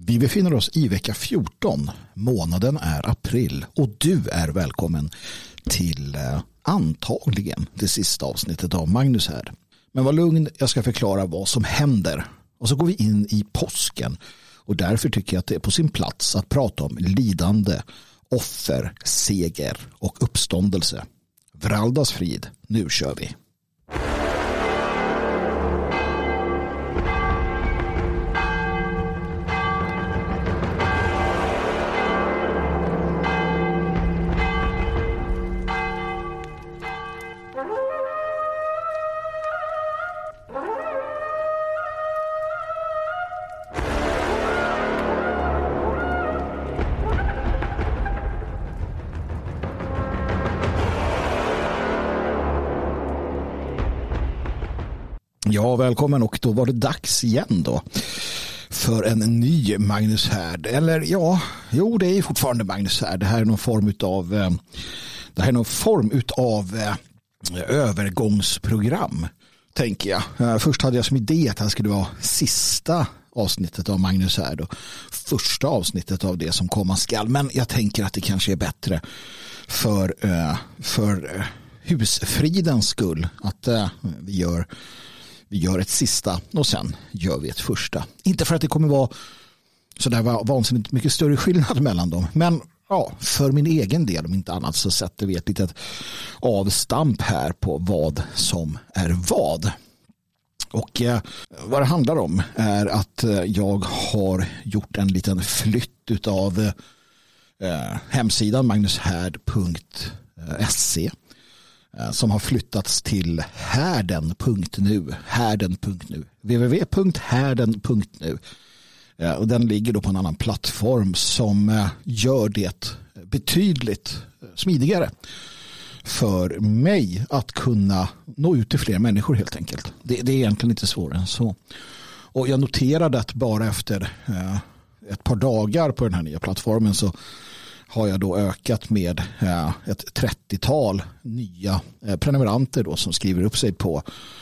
Vi befinner oss i vecka 14. Månaden är april och du är välkommen till antagligen det sista avsnittet av Magnus här. Men var lugn, jag ska förklara vad som händer. Och så går vi in i påsken och därför tycker jag att det är på sin plats att prata om lidande, offer, seger och uppståndelse. Vraldas frid, nu kör vi. Ja, välkommen, och då var det dags igen då för en ny Magnus Härd. Eller det är fortfarande Magnus Härd. Det här är någon form utav övergångsprogram, tänker jag. Först hade jag som idé att det här skulle vara sista avsnittet av Magnus Härd och första avsnittet av det som komma skall. Men jag tänker att det kanske är bättre för husfridens skull att vi gör ett sista och sen gör vi ett första. Inte för att det kommer vara så där vansinnigt mycket större skillnad mellan dem. Men för min egen del, om inte annat, så sätter vi ett litet avstamp här på vad som är vad. Och vad det handlar om är att jag har gjort en liten flytt utav hemsidan magnushärd.se som har flyttats till härden.nu www.härden.nu och den ligger då på en annan plattform som gör det betydligt smidigare för mig att kunna nå ut till fler människor helt enkelt. Det är egentligen inte svårare än så. Och jag noterade att bara efter ett par dagar på den här nya plattformen så har jag då ökat med ett 30-tal nya prenumeranter då som skriver upp sig på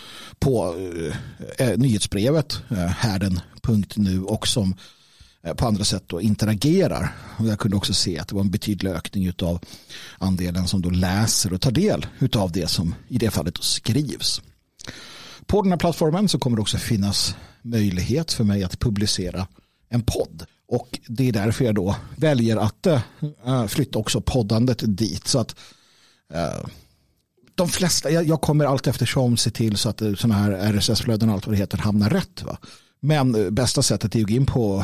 nyhetsbrevet härden.nu och som på andra sätt då interagerar. Och jag kunde också se att det var en betydlig ökning utav andelen som då läser och tar del utav det som i det fallet då skrivs. På den här plattformen så kommer det också finnas möjlighet för mig att publicera en podd. Och det är därför jag då väljer att flytta också poddandet dit. Så att de flesta, jag kommer allt eftersom se till så att sådana här RSS-flöden och allt vad det heter hamnar rätt. Va? Men bästa sättet är att gå in på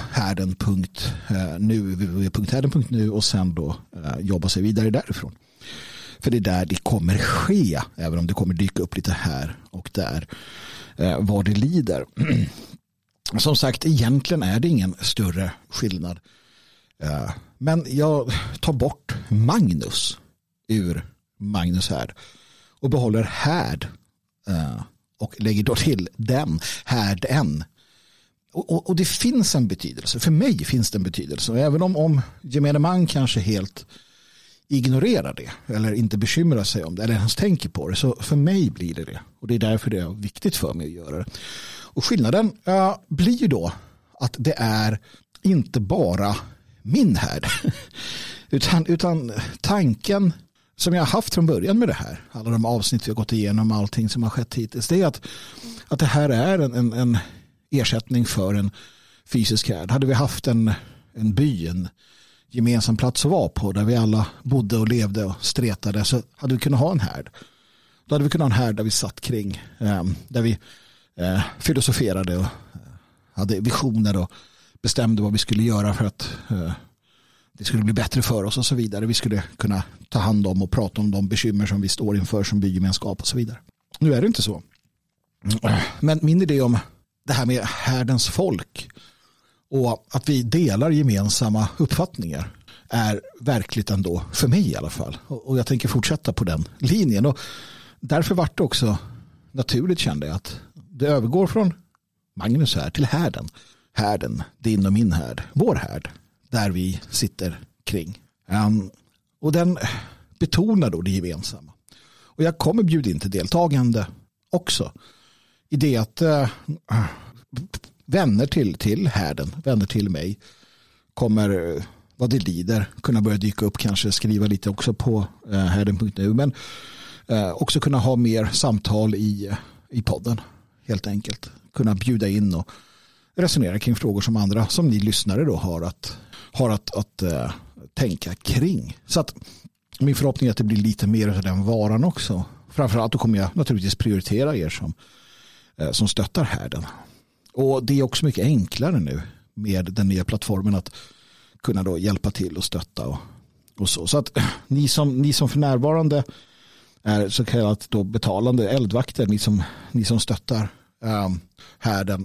härden.nu och sen då jobba sig vidare därifrån. För det är där det kommer ske, även om det kommer dyka upp lite här och där vad det lider. Som sagt, egentligen är det ingen större skillnad. Men jag tar bort Magnus ur Magnus Härd och behåller Härd och lägger då till den, Härden. Och det finns en betydelse. För mig finns det en betydelse. Och även om gemene man kanske helt ignorerar det eller inte bekymrar sig om det eller ens tänker på det, så för mig blir det. Och det är därför det är viktigt för mig att göra det. Och skillnaden blir ju då att det är inte bara min härd utan tanken som jag har haft från början med det här, alla de avsnitt vi har gått igenom, allting som har skett hittills, det är att det här är en ersättning för en fysisk härd. Hade vi haft en by, en gemensam plats att vara på där vi alla bodde och levde och stretade, så hade vi kunnat ha en härd. Då hade vi kunnat ha en härd där vi satt kring, där vi filosoferade och hade visioner och bestämde vad vi skulle göra för att det skulle bli bättre för oss och så vidare. Vi skulle kunna ta hand om och prata om de bekymmer som vi står inför som bygemenskap och så vidare. Nu är det inte så. Men min idé om det här med härdens folk och att vi delar gemensamma uppfattningar är verkligt ändå, för mig i alla fall. Och jag tänker fortsätta på den linjen. Och därför var det också naturligt, kände jag, att det övergår från Magnus här till härden. Härden, din och min härd, vår härd, där vi sitter kring. Och den betonar då det gemensamma. Och jag kommer bjuda in till deltagande också. I det att vänner till härden, vänner till mig, kommer vad det lider kunna börja dyka upp, kanske skriva lite också på herden.nu, men också kunna ha mer samtal i podden helt enkelt. Kunna bjuda in och resonera kring frågor som andra som ni lyssnare då har att tänka kring. Så att min förhoppning är att det blir lite mer av den varan också. Framförallt då kommer jag naturligtvis prioritera er som stöttar härden. Och det är också mycket enklare nu med den nya plattformen att kunna då hjälpa till och stötta och så. Så att ni som för närvarande är så kallat då betalande eldvakter, ni som stöttar härden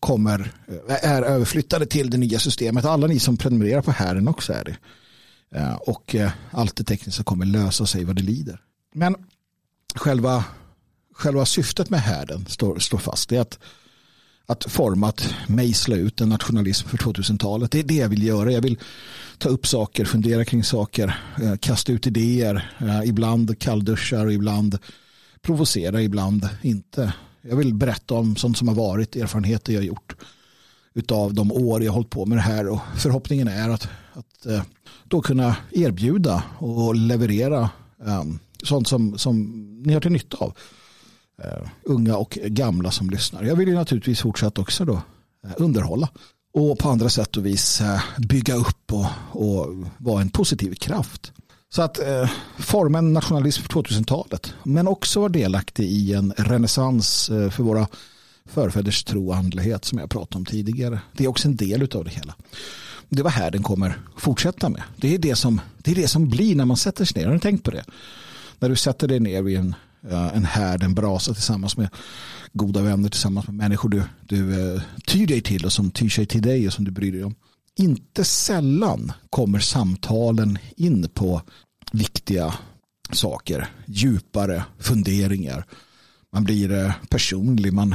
är överflyttade till det nya systemet. Alla ni som prenumererar på härden också är det. Och allt det tekniska kommer lösa sig vad det lider. Men själva syftet med härden står fast. Det är att forma, att mejsla ut en nationalism för 2000-talet. Det är det jag vill göra. Jag vill ta upp saker, fundera kring saker, kasta ut idéer, ibland kallduschar och ibland provocera, ibland inte. Jag vill berätta om sånt som har varit, erfarenheter jag har gjort utav de år jag har hållit på med det här, och förhoppningen är att då kunna erbjuda och leverera sånt som ni har till nytta av. Unga och gamla som lyssnar. Jag vill ju naturligtvis fortsätta också då underhålla och på andra sätt och vis bygga upp och vara en positiv kraft. Så att forma en nationalism för 2000-talet, men också vara delaktig i en renässans för våra förfäders tro och andlighet som jag pratade om tidigare. Det är också en del av det hela. Det var här den kommer fortsätta med. Det är det som blir när man sätter sig ner. Har ni tänkt på det? När du sätter dig ner vid en härd, en brasa tillsammans med goda vänner, tillsammans med människor du tyr dig till och som tyr sig till dig och som du bryr dig om. Inte sällan kommer samtalen in på viktiga saker, djupare funderingar. Man blir personlig, man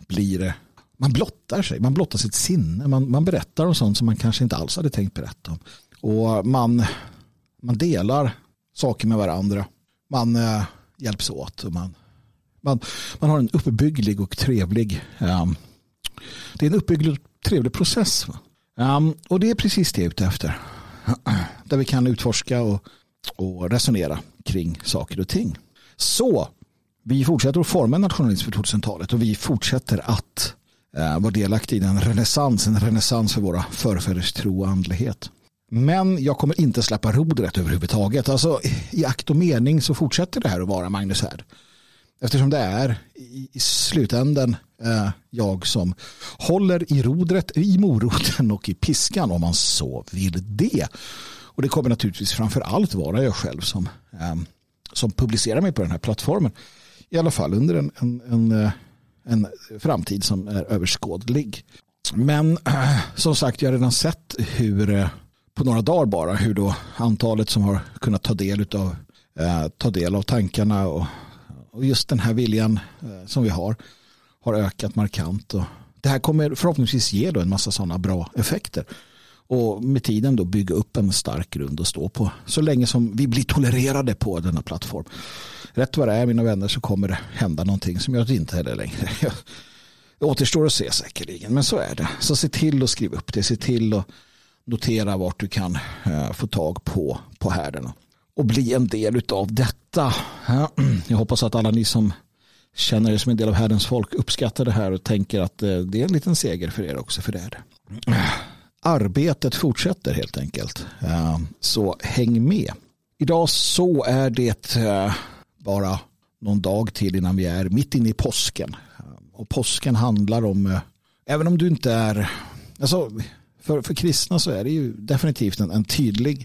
blottar sig, man blottar sitt sinne, man berättar om sånt som man kanske inte alls hade tänkt berätta om. Och man delar saker med varandra. Man hjälps åt och man har en uppbygglig och trevlig det är en uppbygglig och trevlig process. Och det är precis det jag är ute efter. Där vi kan utforska och resonera kring saker och ting. Så vi fortsätter att forma en nationalism för 2000-talet och vi fortsätter att vara delaktiga i en renässans för våra förfäders tro och andlighet. Men jag kommer inte släppa rodret överhuvudtaget. Alltså i akt och mening så fortsätter det här att vara Magnus Härd. Eftersom det är i slutändan jag som håller i rodret, i moroten och i piskan om man så vill det. Och det kommer naturligtvis framför allt vara jag själv som publicerar mig på den här plattformen. I alla fall under en framtid som är överskådlig. Men som sagt, jag har redan sett hur på några dagar bara hur då antalet som har kunnat ta del av tankarna och just den här viljan som vi har ökat markant. Och det här kommer förhoppningsvis ge då en massa sådana bra effekter. Och med tiden då bygga upp en stark grund att stå på. Så länge som vi blir tolererade på denna plattform. Rätt vad det är, mina vänner, så kommer det hända någonting som gör att det inte är det längre. Det återstår att se säkerligen, men så är det. Så se till att skriva upp det. Se till att notera vart du kan få tag på härderna. Och bli en del av detta. Jag hoppas att alla ni som känner er som en del av härdens folk uppskattar det här och tänker att det är en liten seger för er också, för det är det. Arbetet fortsätter helt enkelt. Så häng med. Idag så är det bara någon dag till innan vi är mitt inne i påsken. Och påsken handlar om, även om du inte är, alltså för kristna så är det ju definitivt en tydlig,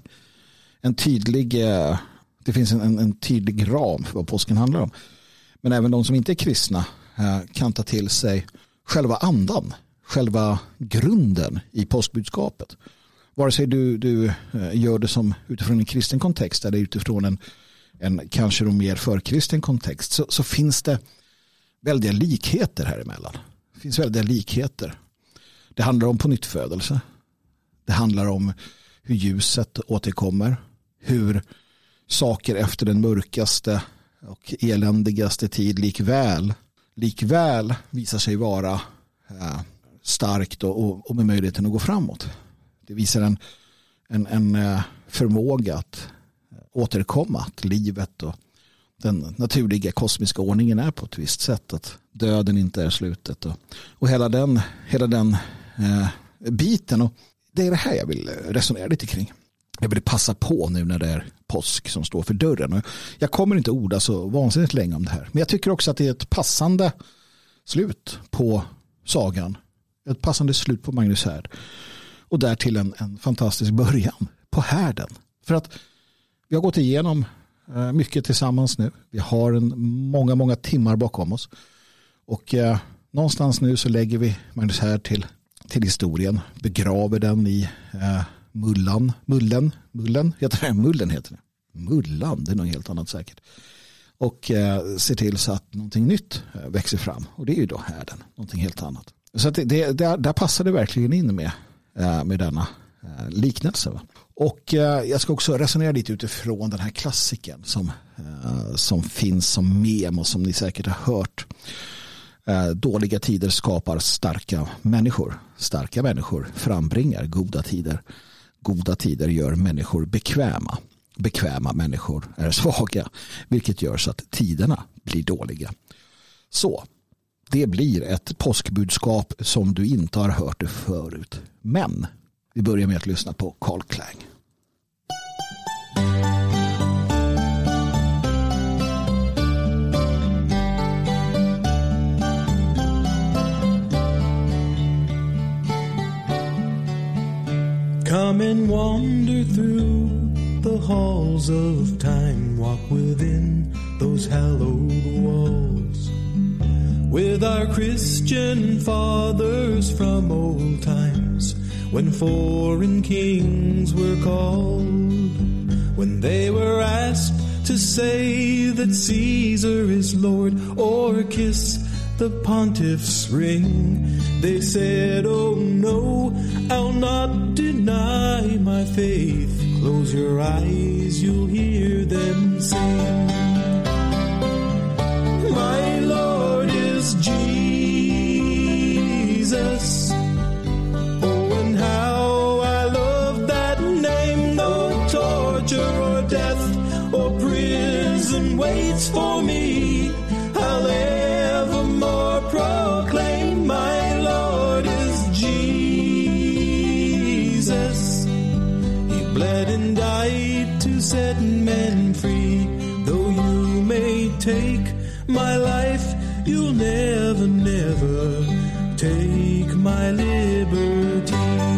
det finns en tydlig ram för vad påsken handlar om. Men även de som inte är kristna kan ta till sig själva andan, själva grunden i påskbudskapet. Vare sig du gör det som utifrån en kristen kontext eller utifrån en kanske mer förkristen kontext, så finns det väldiga likheter här emellan. Det finns väldiga likheter. Det handlar om pånyttfödelse. Det handlar om hur ljuset återkommer. Hur saker efter den mörkaste och eländigaste tid likväl visar sig vara starkt och med möjligheten att gå framåt. Det visar en förmåga att återkomma, att livet och den naturliga kosmiska ordningen är på ett visst sätt, att döden inte är slutet och hela den biten. Och det är det här jag vill resonera lite kring. Jag vill passa på nu när det är påsk som står för dörren. Och jag kommer inte orda så vansinnigt länge om det här. Men jag tycker också att det är ett passande slut på sagan. Ett passande slut på Magnus Härd. Och därtill en fantastisk början på härden. För att vi har gått igenom mycket tillsammans nu. Vi har många timmar bakom oss. Och någonstans nu så lägger vi Magnus Härd till historien. Begraver den i mullen heter det. Mullen heter det. Mullan, det är något helt annat säkert. Och ser till så att någonting nytt växer fram. Och det är ju då härden, någonting helt annat. Så att där passar det verkligen in med denna liknelse. Va? Och jag ska också resonera lite utifrån den här klassiken som finns som mem och som ni säkert har hört. Dåliga tider skapar starka människor. Starka människor frambringar goda tider. Goda tider gör människor bekväma. Bekväma människor är svaga, vilket gör så att tiderna blir dåliga. Så, det blir ett påskbudskap som du inte har hört det förut. Men vi börjar med att lyssna på Carl Klang. Come and wander through the halls of time, walk within those hallowed walls with our Christian fathers from old times, when foreign kings were called, when they were asked to say that Caesar is Lord or kiss the pontiff's ring. They said, oh no, I'll not deny my faith. Close your eyes, you'll hear them sing. My Lord is Jesus. Oh, and how I love that name. No torture or death or prison waits for me. I'll evermore proclaim my Lord is Jesus. He bled and died to set men free. Though you may take my life, you'll never, never take my liberty.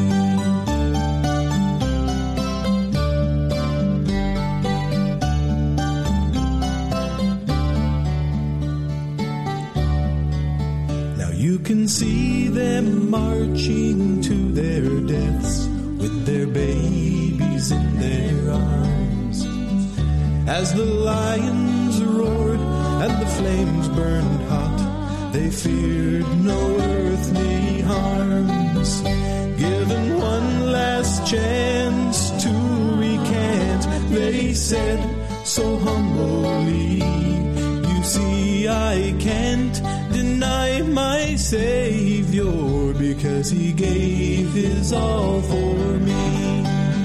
You can see them marching to their deaths with their babies in their arms. As the lions roared and the flames burned hot, they feared no earthly harms. Given one last chance to recant, they said so humbly, you see I can't deny my Savior, because he gave his all for me.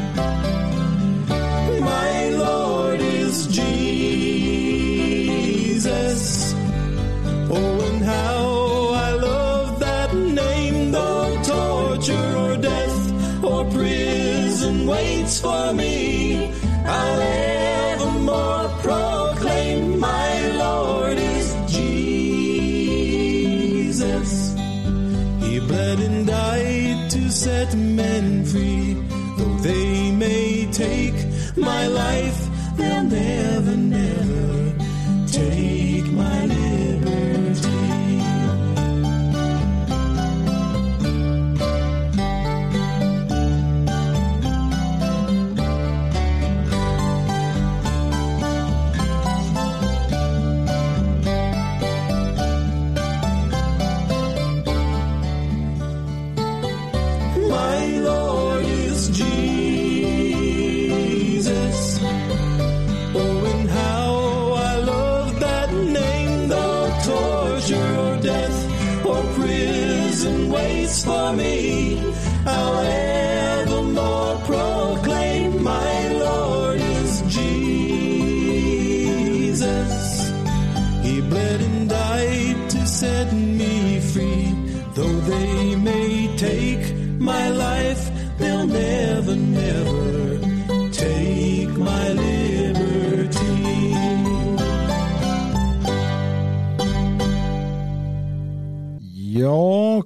My Lord is Jesus. Oh, and how I love that name. No torture or death or prison waits for me. I'll evermore proclaim my Lord is Jesus. He bled and died to set men free. Though they may take my life, they'll never, never take my liberty. For me, I'll evermore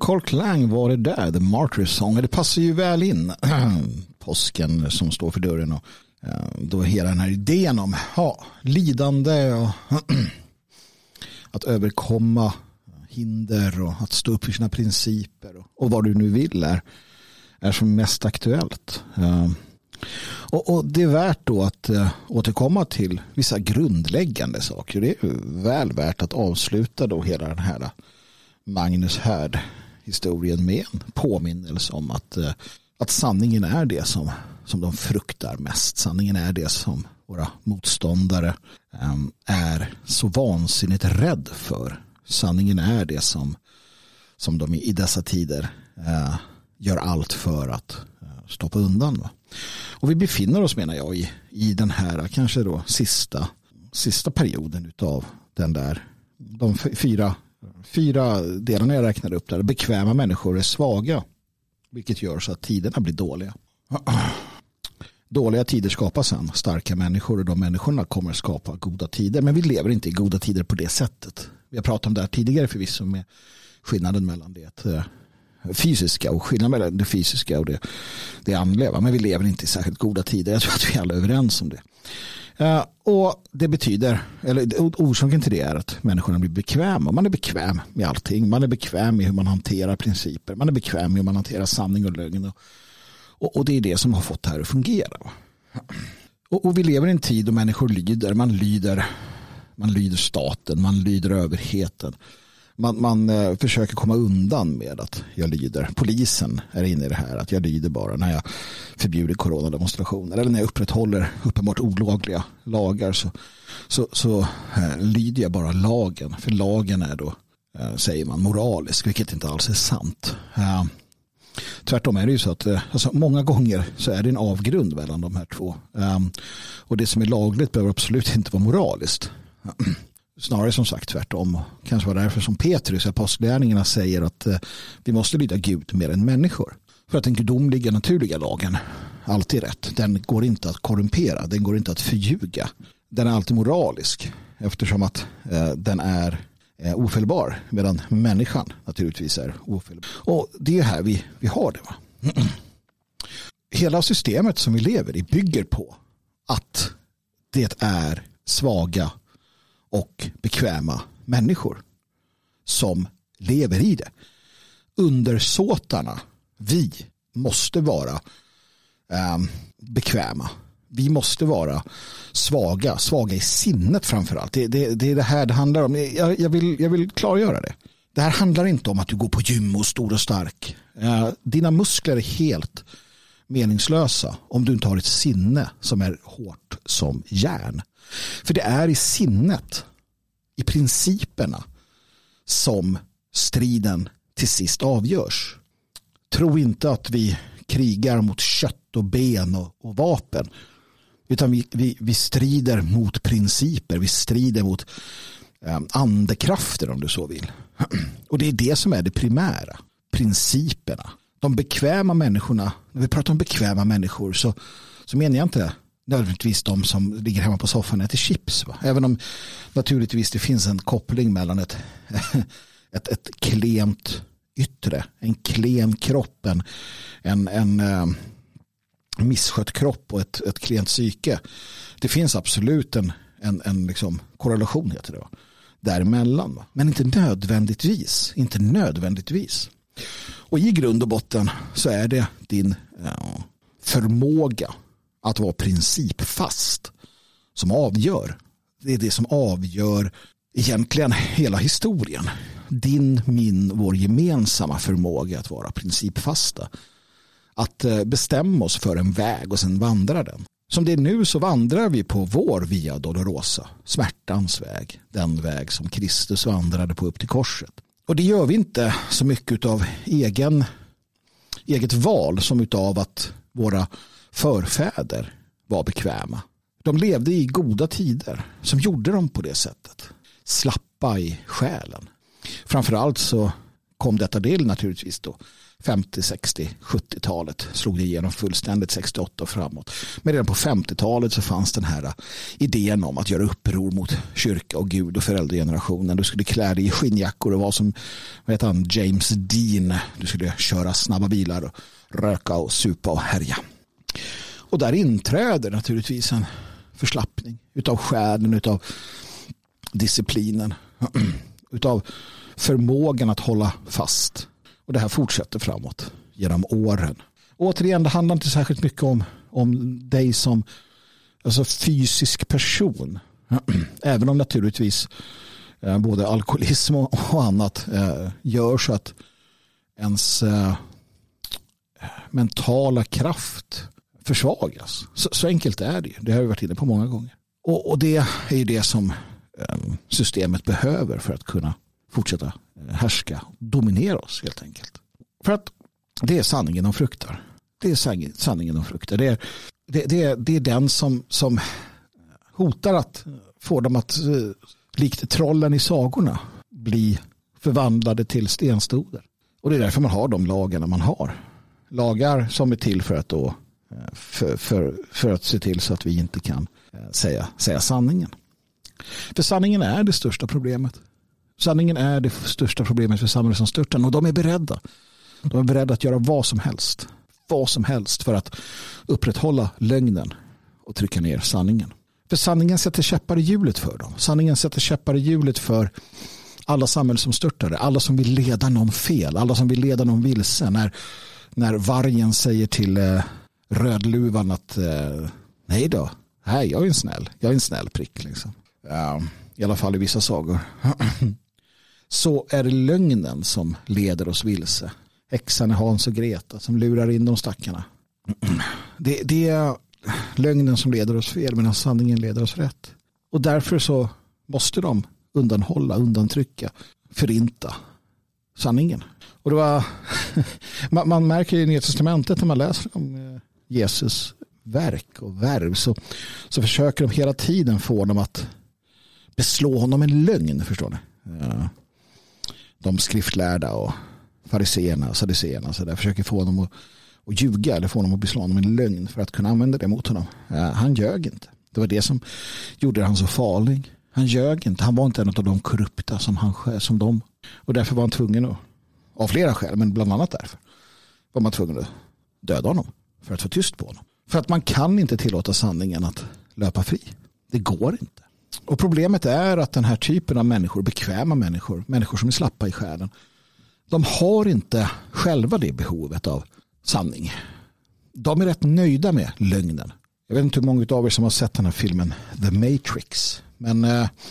Carl Klang var det där, The Martyrs Song. Det passar ju väl in. Påsken som står för dörren och då hela den här idén om lidande och att överkomma hinder och att stå upp för sina principer och vad du nu vill är som mest aktuellt. Och det är värt då att återkomma till vissa grundläggande saker. Det är väl värt att avsluta då hela den här Magnus Härd-historien med en påminnelse om att sanningen är det som de fruktar mest. Sanningen är det som våra motståndare är så vansinnigt rädd för. Sanningen är det som de i dessa tider gör allt för att stoppa undan. Va? Och vi befinner oss, menar jag, i den här kanske då sista perioden utav de fyra delarna jag räknade upp där. Bekväma människor är svaga, vilket gör så att tiderna blir dåliga. Dåliga tider skapar sen starka människor och de människorna kommer att skapa goda tider. Men vi lever inte i goda tider på det sättet. Vi har pratat om det här tidigare förvisso med skillnaden mellan det fysiska och skillnaden mellan det fysiska och det andliga. Men vi lever inte i särskilt goda tider. Jag tror att vi alla är överens om det. Och det betyder, eller orsaken till det är att människorna blir bekväma. Man är bekväm med allting. Man är bekväm med hur man hanterar principer. Man är bekväm med hur man hanterar sanning och lögn. Och det är det som har fått det här att fungera. Och vi lever i en tid då människor lyder. Man lyder staten. Man lyder överheten. Man försöker komma undan med att jag lyder. Polisen är inne i det här. Att jag lyder bara när jag förbjuder coronademonstrationer. Eller när jag upprätthåller uppenbart olagliga lagar. Så lyder jag bara lagen. För lagen är då, säger man, moralisk. Vilket inte alls är sant. Tvärtom är det ju så att många gånger så är det en avgrund mellan de här två. Och det som är lagligt behöver absolut inte vara moraliskt. Snarare som sagt tvärtom. Kanske var därför som Petrus i apostlagärningarna säger att vi måste lyda Gud mer än människor. För att den gudomliga naturliga lagen alltid är rätt. Den går inte att korrumpera. Den går inte att förljuga. Den är alltid moralisk eftersom att den är ofelbar medan människan naturligtvis är ofelbar. Och det är här vi har det. Va? Hela systemet som vi lever i bygger på att det är svaga och bekväma människor som lever i det. Undersåtarna, vi måste vara bekväma. Vi måste vara svaga i sinnet framförallt. Det är det här det handlar om. Jag vill klargöra det. Det här handlar inte om att du går på gym och stor och stark. Dina muskler är helt meningslösa om du inte har ett sinne som är hårt som järn. För det är i sinnet, i principerna som striden till sist avgörs. Tro inte att vi krigar mot kött och ben och vapen. Utan vi strider mot principer. Vi strider mot andekrafter om du så vill. Och det är det som är det primära. Principerna. De bekväma människorna. När vi pratar om bekväma människor så menar jag inte nödvändigtvis de som ligger hemma på soffan och äter chips. Va? Även om naturligtvis det finns en koppling mellan ett klent yttre. En klen kropp. En misskött kropp och ett klent psyke. Det finns absolut en liksom korrelation heter det. Däremellan. Va? Men inte nödvändigtvis. Inte nödvändigtvis. Och i grund och botten så är det din förmåga att vara principfast som avgör. Det är det som avgör egentligen hela historien. Vår gemensamma förmåga att vara principfasta. Att bestämma oss för en väg och sen vandra den. Som det är nu så vandrar vi på vår Via Dolorosa. Smärtans väg. Den väg som Kristus vandrade på upp till korset. Och det gör vi inte så mycket av eget val som utav att våra förfäder var bekväma. De levde i goda tider som gjorde dem på det sättet. Slappa i själen. Framförallt så kom detta del naturligtvis då 50, 60, 70-talet slog det igenom fullständigt 68 och framåt. Men redan på 50-talet så fanns den här idén om att göra uppror mot kyrka och Gud och föräldragenerationen. Du skulle klä dig i skinnjackor och vara som James Dean. Du skulle köra snabba bilar och röka och supa och härja. Och där inträder naturligtvis en förslappning utav själen, utav disciplinen, utav förmågan att hålla fast. Och det här fortsätter framåt genom åren. Och återigen, det handlar inte särskilt mycket om dig som fysisk person. Även om naturligtvis både alkoholism och annat gör så att ens mentala kraft försvagas. Så enkelt är det. Det har vi varit inne på många gånger. Och det är ju det som systemet behöver för att kunna fortsätta härska och dominera oss helt enkelt. För att det är sanningen de fruktar. Det är sanningen de fruktar. Det är den som hotar att få dem att likt trollen i sagorna bli förvandlade till stenstoder. Och det är därför man har de lagarna man har. Lagar som är till för att då för att se till så att vi inte kan säga sanningen. För sanningen är det största problemet. Sanningen är det största problemet för samhället som störtar. Och de är beredda. De är beredda att göra vad som helst. Vad som helst för att upprätthålla lögnen och trycka ner sanningen. För sanningen sätter käppar i hjulet för dem. Sanningen sätter käppar i hjulet för alla samhällen som störtar. Alla som vill leda någon fel. Alla som vill leda någon vilse. När vargen säger till Rödluvan att nej då, jag är en snäll. Jag är en snäll prick liksom. I alla fall i vissa sagor. Så är det lögnen som leder oss vilse. Häxan är Hans och Greta som lurar in de stackarna. Det är lögnen som leder oss fel medan sanningen leder oss rätt. Och därför så måste de undantrycka, förinta sanningen. Och det var man märker i Nya testamentet när man läser om Jesus verk och värv så försöker de hela tiden få dem att beslå honom en lögn, förstår ni? De skriftlärda och fariseerna och sadduceerna så där försöker få honom att ljuga eller få honom att beslå honom en lögn för att kunna använda det mot honom. Han ljög inte. Det var det som gjorde han så farlig. Han ljög inte. Han var inte en av de korrupta som de. Och därför var han tvungen att, av flera skäl, men bland annat därför var man tvungen att döda honom för att få tyst på honom. För att man kan inte tillåta sanningen att löpa fri. Det går inte. Och problemet är att den här typen av människor, bekväma människor som är slappa i själen, de har inte själva det behovet av sanning. De är rätt nöjda med lögnen. Jag vet inte hur många av er som har sett den här filmen The Matrix. Men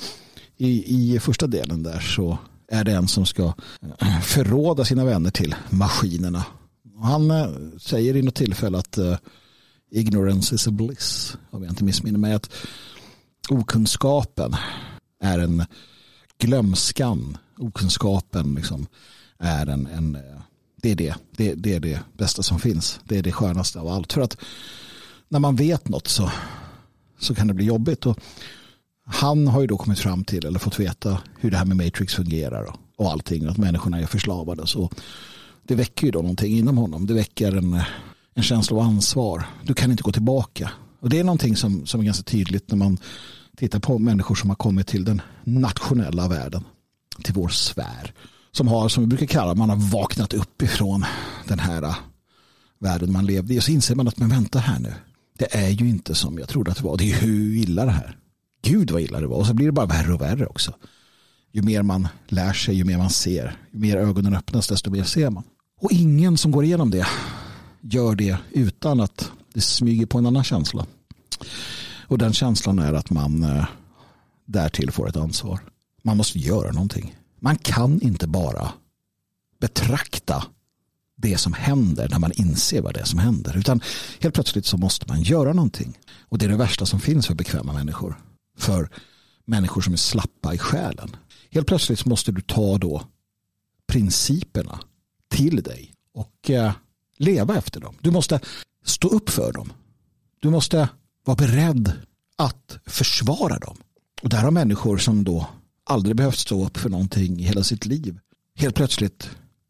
i första delen där så är det en som ska förråda sina vänner till maskinerna. Och han säger i något tillfälle att ignorance is a bliss. Om jag inte missminner mig, att okunskapen är en glömskan. Okunskapen liksom är det är det bästa som finns. Det är det skönaste av allt. För att när man vet något så kan det bli jobbigt. Och han har ju då kommit fram till eller fått veta hur det här med Matrix fungerar och allting. Att människorna är förslavade. Så det väcker ju då någonting inom honom. Det väcker en känsla av ansvar. Du kan inte gå tillbaka. Och det är någonting som är ganska tydligt när man tittar på människor som har kommit till den nationella världen. Till vår sfär. Som vi brukar kalla, man har vaknat upp ifrån den här världen man levde i. Och så inser man att, men vänta här nu. Det är ju inte som jag trodde att det var. Det är hur illa det här. Gud vad illa det var. Och så blir det bara värre och värre också. Ju mer man lär sig, ju mer man ser. Ju mer ögonen öppnas, desto mer ser man. Och ingen som går igenom det gör det utan att det smyger på en annan känsla. Och den känslan är att man därtill får ett ansvar. Man måste göra någonting. Man kan inte bara betrakta det som händer när man inser vad det är som händer. Utan helt plötsligt så måste man göra någonting. Och det är det värsta som finns för bekväma människor. För människor som är slappa i själen. Helt plötsligt måste du ta då principerna till dig och leva efter dem. Du måste stå upp för dem. Du måste vara beredd att försvara dem. Och där har människor som då aldrig behövt stå upp för någonting i hela sitt liv helt plötsligt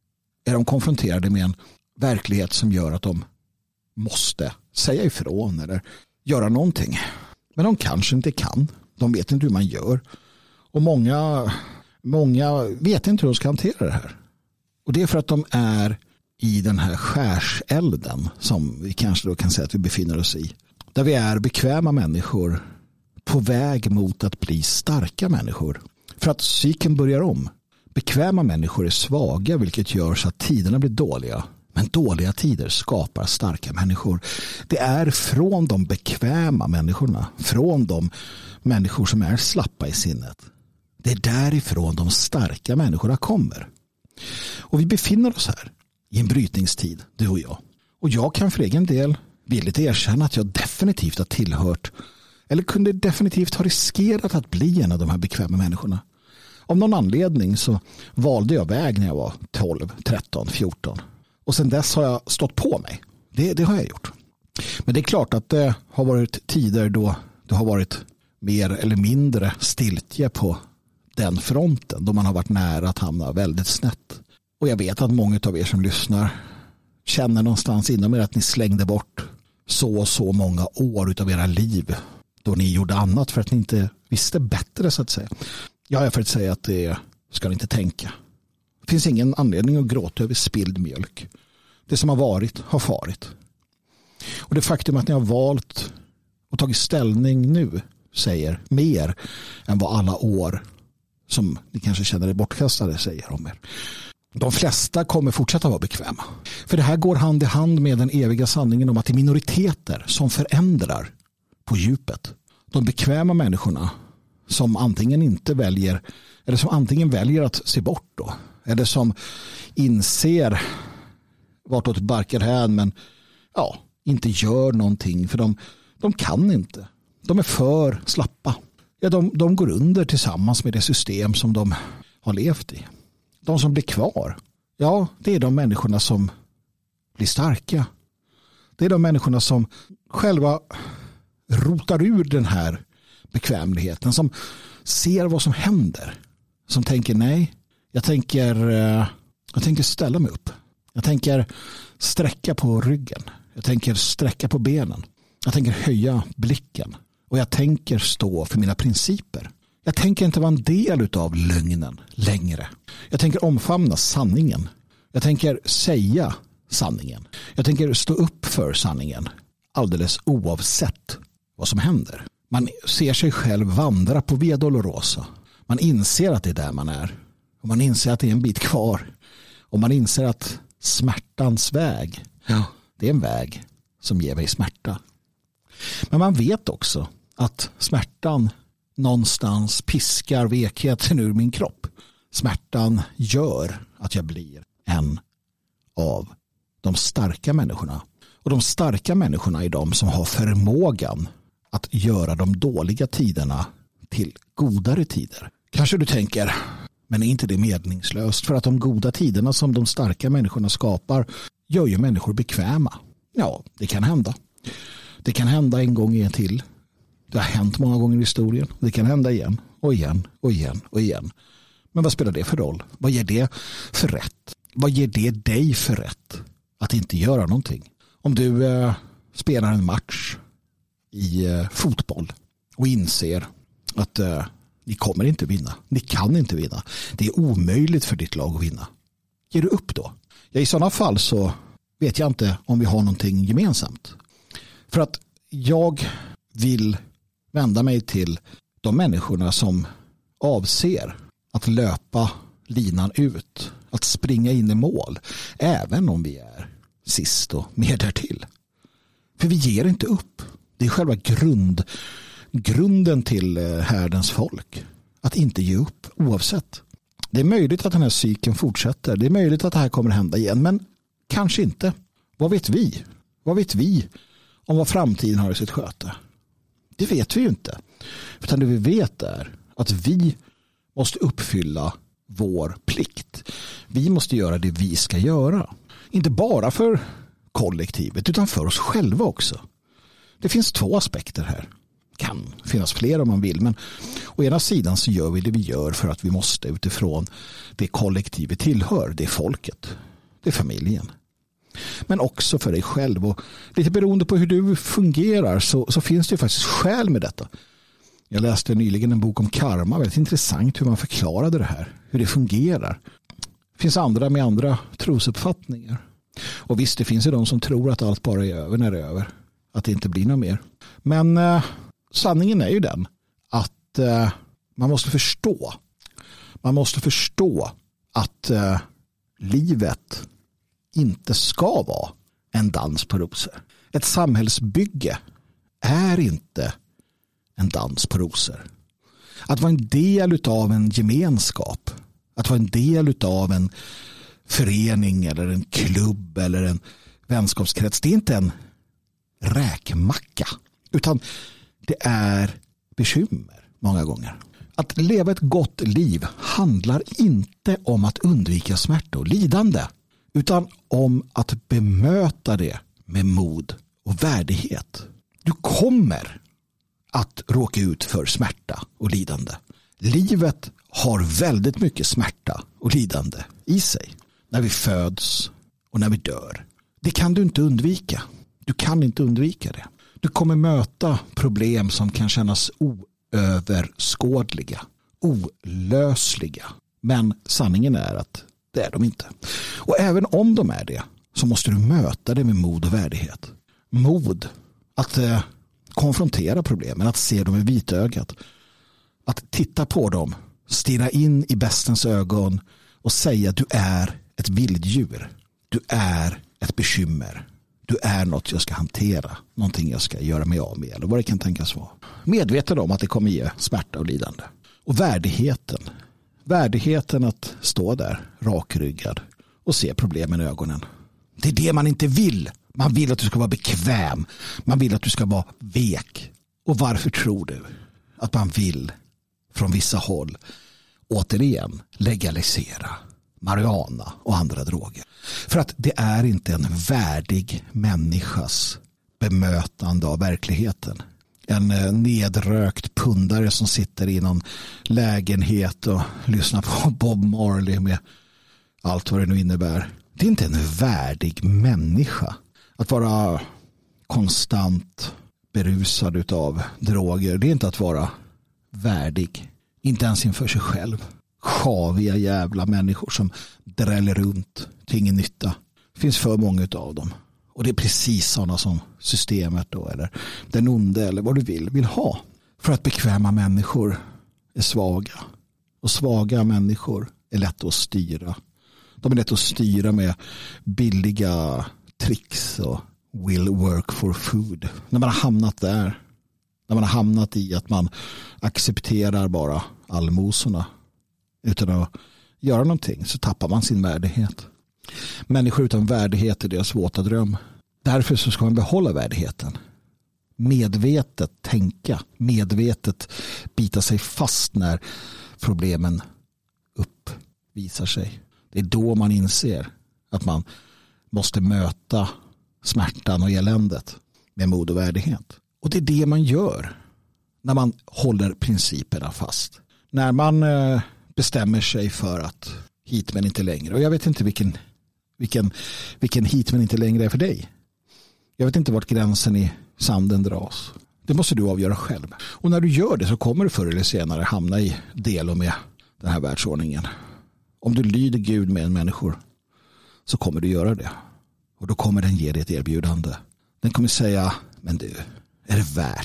är de konfronterade med en verklighet som gör att de måste säga ifrån eller göra någonting. Men de kanske inte kan. De vet inte hur man gör. Och många vet inte hur de ska hantera det här. Och det är för att de är i den här skärselden som vi kanske då kan säga att vi befinner oss i. Där vi är bekväma människor på väg mot att bli starka människor. För att cykeln börjar om. Bekväma människor är svaga, vilket gör så att tiderna blir dåliga. Men dåliga tider skapar starka människor. Det är från de bekväma människorna, från de människor som är slappa i sinnet. Det är därifrån de starka människorna kommer. Och vi befinner oss här i en brytningstid, du och jag. Och jag kan för egen del villigt erkänna att jag definitivt har tillhört eller kunde definitivt ha riskerat att bli en av de här bekväma människorna. Av någon anledning så valde jag väg när jag var 12, 13, 14. Och sen dess har jag stått på mig. Det har jag gjort. Men det är klart att det har varit tider då det har varit mer eller mindre stiltje på den fronten. Då man har varit nära att hamna väldigt snett. Och jag vet att många av er som lyssnar känner någonstans inom er att ni slängde bort så och så många år utav era liv då ni gjorde annat för att ni inte visste bättre, så att säga. Jag är för att säga att det ska ni inte tänka. Det finns ingen anledning att gråta över spilld mjölk. Det som har varit har farit. Och det faktum att ni har valt och tagit ställning nu säger mer än vad alla år som ni kanske känner er bortkastade säger om er. De flesta kommer fortsätta vara bekväma. För det här går hand i hand med den eviga sanningen om att det är minoriteter som förändrar på djupet. De bekväma människorna som antingen inte väljer eller som antingen väljer att se bort då, eller som inser vartåt barkar hän men inte gör någonting för de kan inte. De är för slappa. Ja, de går under tillsammans med det system som de har levt i. De som blir kvar, det är de människorna som blir starka. Det är de människorna som själva rotar ur den här bekvämligheten, som ser vad som händer, som tänker nej, jag tänker ställa mig upp. Jag tänker sträcka på ryggen. Jag tänker sträcka på benen. Jag tänker höja blicken. Och jag tänker stå för mina principer. Jag tänker inte vara en del av lögnen längre. Jag tänker omfamna sanningen. Jag tänker säga sanningen. Jag tänker stå upp för sanningen. Alldeles oavsett vad som händer. Man ser sig själv vandra på Via Dolorosa. Man inser att det är där man är. Och man inser att det är en bit kvar. Och man inser att smärtans väg, det är en väg som ger mig smärta. Men man vet också att smärtan någonstans piskar vekheten ur min kropp. Smärtan gör att jag blir en av de starka människorna. Och de starka människorna är de som har förmågan att göra de dåliga tiderna till godare tider. Kanske du tänker, men är inte det meningslöst? För att de goda tiderna som de starka människorna skapar gör ju människor bekväma. Ja, det kan hända. Det kan hända en gång till. Det har hänt många gånger i historien. Det kan hända igen och igen och igen och igen. Men vad spelar det för roll? Vad ger det för rätt? Vad ger det dig för rätt att inte göra någonting? Om du spelar en match i fotboll och inser att ni kommer inte vinna. Ni kan inte vinna. Det är omöjligt för ditt lag att vinna. Ger du upp då? Ja, i sådana fall så vet jag inte om vi har någonting gemensamt. För att jag vill vända mig till de människorna som avser att löpa linan ut. Att springa in i mål. Även om vi är sist och mer därtill. För vi ger inte upp. Det är själva grunden till härdens folk. Att inte ge upp oavsett. Det är möjligt att den här cykeln fortsätter. Det är möjligt att det här kommer hända igen. Men kanske inte. Vad vet vi? Vad vet vi om vad framtiden har i sitt sköte? Det vet vi ju inte. Utan det vi vet är att vi måste uppfylla vår plikt. Vi måste göra det vi ska göra. Inte bara för kollektivet utan för oss själva också. Det finns två aspekter här. Kan finnas fler om man vill, men å ena sidan så gör vi det vi gör för att vi måste utifrån det kollektivet tillhör, det folket. Det är familjen. Men också för dig själv. Och lite beroende på hur du fungerar så finns det ju faktiskt skäl med detta. Jag läste nyligen en bok om karma. Väldigt intressant hur man förklarade det här. Hur det fungerar. Det finns andra med andra trosuppfattningar. Och visst, det finns ju de som tror att allt bara är över när det är över. Att det inte blir något mer. Men sanningen är ju den att man måste förstå. Man måste förstå att livet inte ska vara en dans på rosor. Ett samhällsbygge är inte en dans på rosor. Att vara en del av en gemenskap, att vara en del av en förening eller en klubb eller en vänskapskrets, det är inte en räkmacka, utan det är bekymmer många gånger. Att leva ett gott liv handlar inte om att undvika smärta och lidande, utan om att bemöta det med mod och värdighet. Du kommer att råka ut för smärta och lidande. Livet har väldigt mycket smärta och lidande i sig. När vi föds och när vi dör. Det kan du inte undvika. Du kan inte undvika det. Du kommer möta problem som kan kännas oöverskådliga, olösliga. Men sanningen är att det är de inte. Och även om de är det så måste du möta det med mod och värdighet. Mod att konfrontera problemen, att se dem i vitögat. Att titta på dem, stirra in i bestens ögon och säga att du är ett vilddjur. Du är ett bekymmer. Du är något jag ska hantera. Någonting jag ska göra mig av med. Eller vad det kan tänkas vara. Medveten om att det kommer ge smärta och lidande. Och värdigheten. Värdigheten att stå där rakryggad och se problemen i ögonen. Det är det man inte vill. Man vill att du ska vara bekväm. Man vill att du ska vara vek. Och varför tror du att man vill från vissa håll återigen legalisera marijuana och andra droger? För att det är inte en värdig människas bemötande av verkligheten. En nedrökt pundare som sitter i någon lägenhet och lyssnar på Bob Marley med allt vad det nu innebär. Det är inte en värdig människa att vara konstant berusad utav droger. Det är inte att vara värdig. Inte ens inför sig själv. Sjaviga jävla människor som dräller runt till ingen nytta. Det finns för många av dem. Och det är precis sådana som systemet då, eller den onde eller vad du vill ha. För att bekväma människor är svaga. Och svaga människor är lätt att styra. De är lätt att styra med billiga tricks och will work for food. När man har hamnat där. När man har hamnat i att man accepterar bara allmosorna utan att göra någonting, så tappar man sin värdighet. Människor utan värdighet är deras våta dröm. Därför så ska man behålla värdigheten. Medvetet tänka, medvetet bita sig fast när problemen uppvisar sig. Det är då man inser att man måste möta smärtan och eländet med mod och värdighet. Och det är det man gör när man håller principerna fast. När man bestämmer sig för att hit men inte längre. Och jag vet inte vilken hit men inte längre är för dig. Jag vet inte vart gränsen i sanden dras. Det måste du avgöra själv. Och när du gör det så kommer du förr eller senare hamna i del med den här världsordningen. Om du lyder Gud med en människor så kommer du göra det. Och då kommer den ge dig ett erbjudande. Den kommer säga, men du, är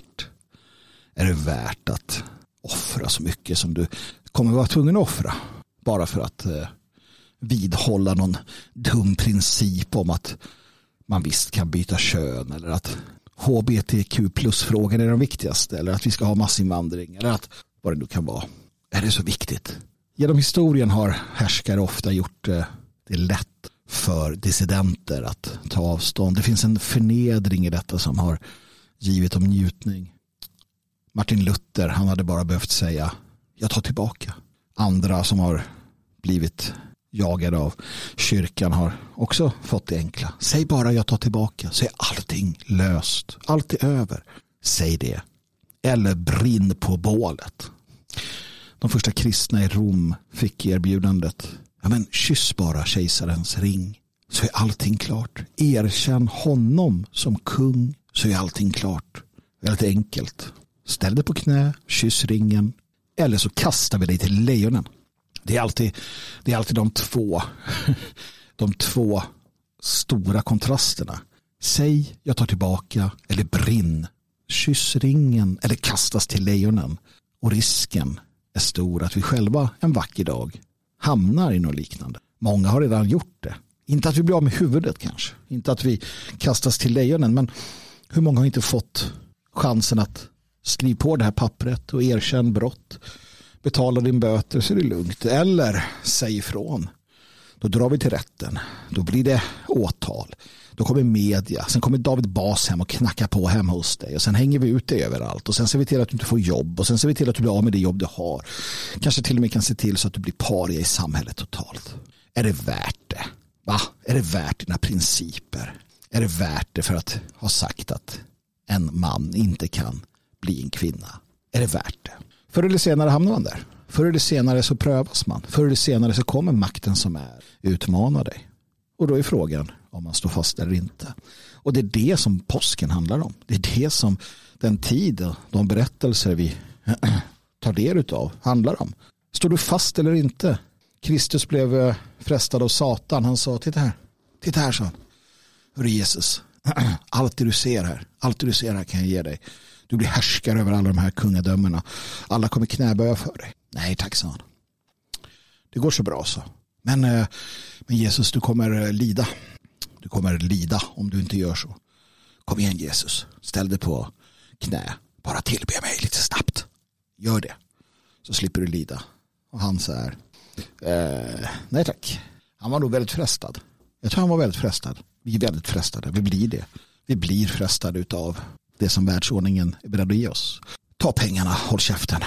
det värt att offra så mycket som du kommer vara tvungen att offra? Bara för att vidhålla någon dum princip om att man visst kan byta kön, eller att HBTQ plus-frågan är den viktigaste, eller att vi ska ha massinvandring, eller att vad det nu kan vara. Är det så viktigt? Genom historien har härskare ofta gjort det lätt för dissidenter att ta avstånd. Det finns en förnedring i detta som har givit dem njutning. Martin Luther, han hade bara behövt säga, jag tar tillbaka. Andra som har blivit jagade av kyrkan har också fått det enkla. Säg bara jag tar tillbaka, så är allting löst. Allt är över. Säg det. Eller brinn på bålet. De första kristna i Rom fick erbjudandet, ja men kyss bara kejsarens ring. så är allting klart. Erkänn honom som kung, så är allting klart. Väldigt enkelt. Ställ dig på knä, kyss ringen, eller så kastar vi dig till lejonen. Det är alltid de två stora kontrasterna. Säg jag tar tillbaka, eller brinn. Kyss ringen eller kastas till lejonen. Och risken är stor att vi själva en vacker dag hamnar i något liknande. Många har redan gjort det. Inte att vi blir av med huvudet kanske. Inte att vi kastas till lejonen. Men hur många har inte fått chansen att skriva på det här pappret och erkänna brott? Betala din böter så är det lugnt. Eller säg ifrån. Då drar vi till rätten. Då blir det åtal. Då kommer media. Sen kommer David Bas hem och knackar på hemma hos dig. Och sen hänger vi ut dig överallt. Och sen ser vi till att du inte får jobb. Och sen ser vi till att du blir av med det jobb du har. Kanske till och med kan se till så att du blir paria i samhället totalt. Är det värt det? Va? Är det värt dina principer? Är det värt det för att ha sagt att en man inte kan bli en kvinna? Är det värt det? Förr eller senare hamnar man där. Förr eller senare så prövas man. Förr eller senare så kommer makten som är utmanar dig. Och då är frågan om man står fast eller inte. Och det är det som påsken handlar om. Det är det som den tid och de berättelser vi tar del av handlar om. Står du fast eller inte? Kristus blev frestad av Satan. Han sa, titta här, sa han. Hörru Jesus, allt det du ser här kan jag ge dig. Du blir härskare över alla de här kungadömena. Alla kommer knäböja för dig. Nej tack, sa han. Det går så bra, så. Men Jesus, du kommer lida. Du kommer lida om du inte gör så. Kom igen Jesus, ställ dig på knä. Bara tillbe mig lite snabbt. Gör det. Så slipper du lida. Och han så här, nej tack. Han var nog väldigt frestad. Jag tror han var väldigt frestad. Vi är väldigt frestade. Vi blir det. Vi blir frestade utav det som världsordningen är beredd att ge oss. Ta pengarna, håll käften.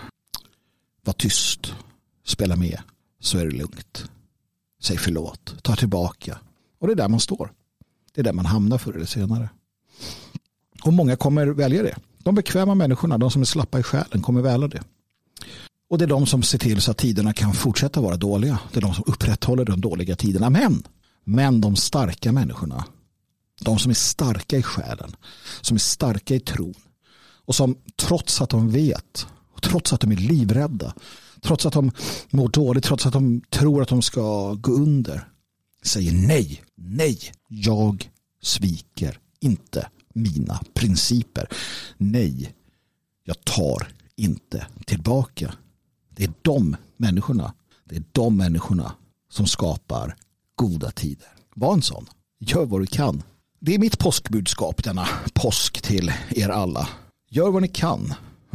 Var tyst. Spela med. Så är det lugnt. Säg förlåt. Ta tillbaka. Och det är där man står. Det är där man hamnar förr eller senare. Och många kommer välja det. De bekväma människorna, de som är slappa i själen, kommer välja det. Och det är de som ser till så att tiderna kan fortsätta vara dåliga. Det är de som upprätthåller de dåliga tiderna. Men de starka människorna, de som är starka i själen, som är starka i tron och som trots att de vet, trots att de är livrädda, trots att de mår dåligt, trots att de tror att de ska gå under, säger nej, jag sviker inte mina principer. Nej, jag tar inte tillbaka. Det är de människorna som skapar goda tider. Var en sån. Gör vad du kan. Det är mitt påskbudskap denna påsk till er alla. Gör vad ni kan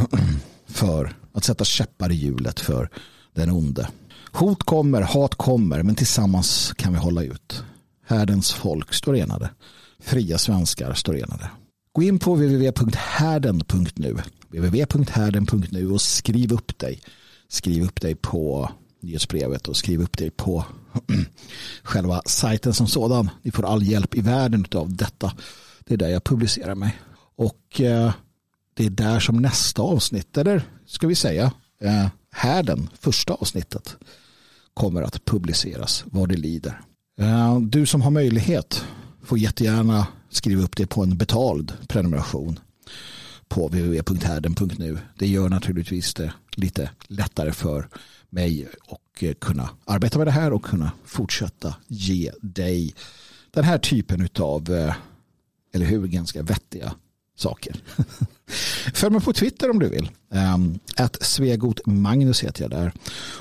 för att sätta käppar i hjulet för den onde. Hot kommer, hat kommer, men tillsammans kan vi hålla ut. Härdens folk står enade. Fria svenskar står enade. Gå in på www.härden.nu och skriv upp dig. Skriv upp dig på nyhetsbrevet och skriv upp dig på själva sajten som sådan. Ni får all hjälp i världen av detta. Det är där jag publicerar mig. Och det är där som nästa avsnitt, eller ska vi säga Härden, första avsnittet, kommer att publiceras vad det lider. Du som har möjlighet får jättegärna skriva upp det på en betald prenumeration på www.härden.nu. Det gör naturligtvis det lite lättare för mig och kunna arbeta med det här och kunna fortsätta ge dig den här typen av, eller hur, ganska vettiga saker. Följ mig på Twitter om du vill. @svegotmagnus heter jag där.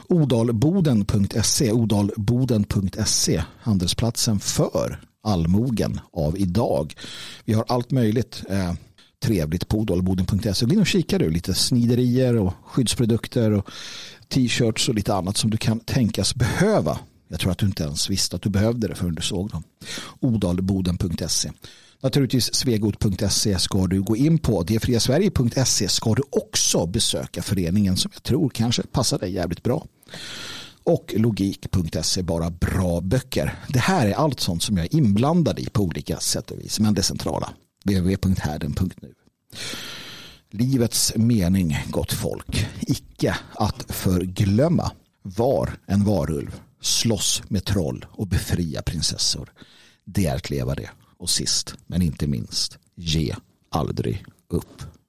Odalboden.se, handelsplatsen för allmogen av idag. Vi har allt möjligt trevligt på odalboden.se. Gå in och kika du, lite sniderier och skyddsprodukter och t-shirts och lite annat som du kan tänkas behöva. Jag tror att du inte ens visste att du behövde det förrän du såg dem. Odalboden.se. Naturligtvis svegot.se ska du gå in på. detfriasverige.se ska du också besöka föreningen som jag tror kanske passar dig jävligt bra. Och logik.se, bara bra böcker. Det här är allt sånt som jag är inblandad i på olika sätt och vis. Men det centrala, www.härden.nu. Livets mening, gott folk, icke att förglömma, var en varulv slåss med troll och befria prinsessor. Det är att leva det. Och sist men inte minst, ge aldrig upp.